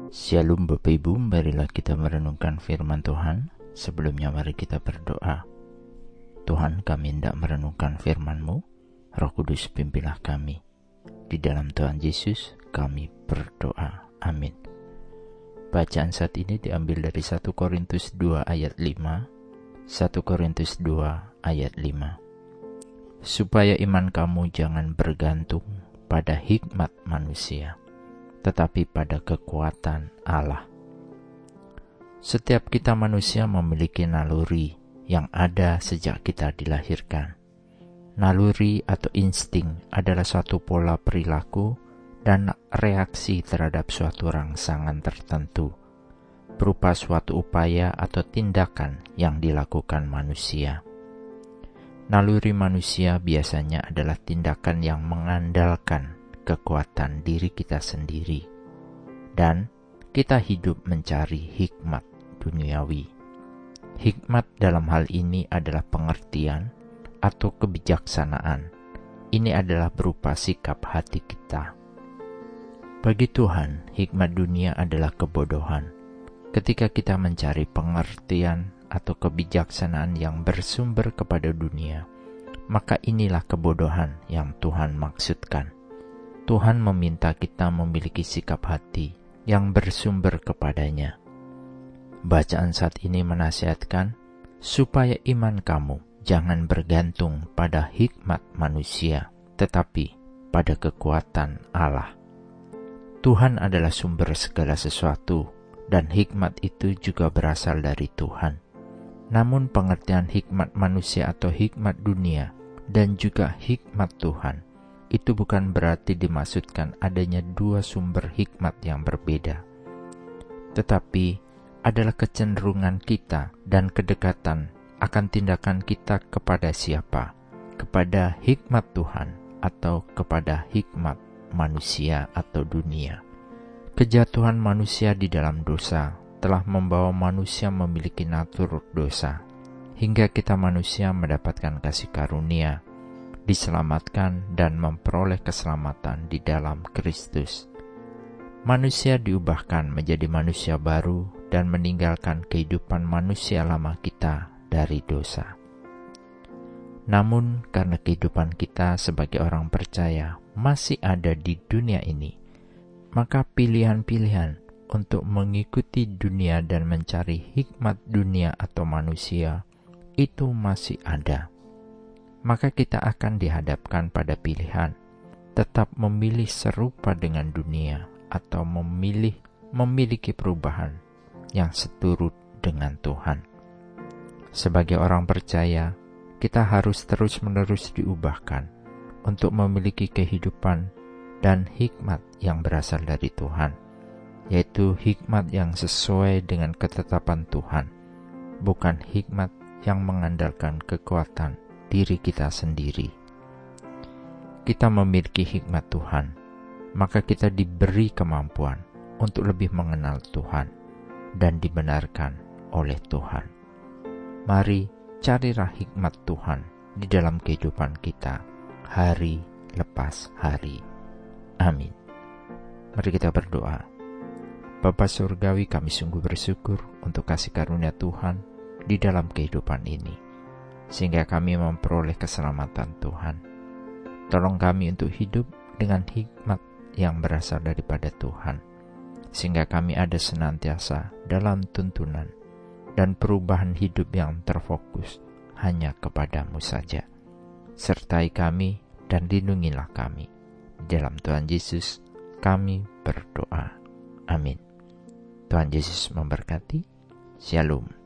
Shalom Bapak Ibu, marilah kita merenungkan firman Tuhan. Sebelumnya mari kita berdoa. Tuhan, kami hendak merenungkan firman-Mu. Roh Kudus pimpinlah kami. Di dalam Tuhan Yesus kami berdoa. Amin. Bacaan saat ini diambil dari 1 Korintus 2 ayat 5. 1 Korintus 2 ayat 5. Supaya iman kamu jangan bergantung pada hikmat manusia, tetapi pada kekuatan Allah. Setiap kita manusia memiliki naluri yang ada sejak kita dilahirkan. Naluri atau insting adalah suatu pola perilaku dan reaksi terhadap suatu rangsangan tertentu, berupa suatu upaya atau tindakan yang dilakukan manusia. Naluri manusia biasanya adalah tindakan yang mengandalkan kekuatan diri kita sendiri, dan kita hidup mencari hikmat duniawi. Hikmat dalam hal ini adalah pengertian atau kebijaksanaan. Ini adalah berupa sikap hati kita. Bagi Tuhan, hikmat dunia adalah kebodohan. Ketika kita mencari pengertian atau kebijaksanaan yang bersumber kepada dunia, maka inilah kebodohan yang Tuhan maksudkan. Tuhan meminta kita memiliki sikap hati yang bersumber kepadanya. Bacaan saat ini menasihatkan supaya iman kamu jangan bergantung pada hikmat manusia, tetapi pada kekuatan Allah. Tuhan adalah sumber segala sesuatu, dan hikmat itu juga berasal dari Tuhan. Namun pengertian hikmat manusia atau hikmat dunia dan juga hikmat Tuhan itu bukan berarti dimaksudkan adanya dua sumber hikmat yang berbeda, tetapi adalah kecenderungan kita dan kedekatan akan tindakan kita kepada siapa, kepada hikmat Tuhan atau kepada hikmat manusia atau dunia. Kejatuhan manusia di dalam dosa telah membawa manusia memiliki natur dosa, hingga kita manusia mendapatkan kasih karunia, diselamatkan dan memperoleh keselamatan di dalam Kristus. Manusia diubahkan menjadi manusia baru dan meninggalkan kehidupan manusia lama kita dari dosa. Namun karena kehidupan kita sebagai orang percaya masih ada di dunia ini, maka pilihan-pilihan untuk mengikuti dunia dan mencari hikmat dunia atau manusia itu masih ada. Maka kita akan dihadapkan pada pilihan tetap memilih serupa dengan dunia atau memiliki perubahan yang seturut dengan Tuhan. Sebagai orang percaya, kita harus terus-menerus diubahkan untuk memiliki kehidupan dan hikmat yang berasal dari Tuhan, yaitu hikmat yang sesuai dengan ketetapan Tuhan, bukan hikmat yang mengandalkan kekuatan diri kita sendiri. Kita memiliki hikmat Tuhan, maka kita diberi kemampuan untuk lebih mengenal Tuhan dan dibenarkan oleh Tuhan. Mari carilah hikmat Tuhan di dalam kehidupan kita hari lepas hari. Amin. Mari kita berdoa. Bapa Surgawi, kami sungguh bersyukur untuk kasih karunia Tuhan di dalam kehidupan ini, sehingga kami memperoleh keselamatan Tuhan. Tolong kami untuk hidup dengan hikmat yang berasal daripada Tuhan, sehingga kami ada senantiasa dalam tuntunan dan perubahan hidup yang terfokus hanya kepadamu saja. Sertai kami dan lindungilah kami. Dalam Tuhan Yesus kami berdoa. Amin. Tuhan Yesus memberkati. Shalom.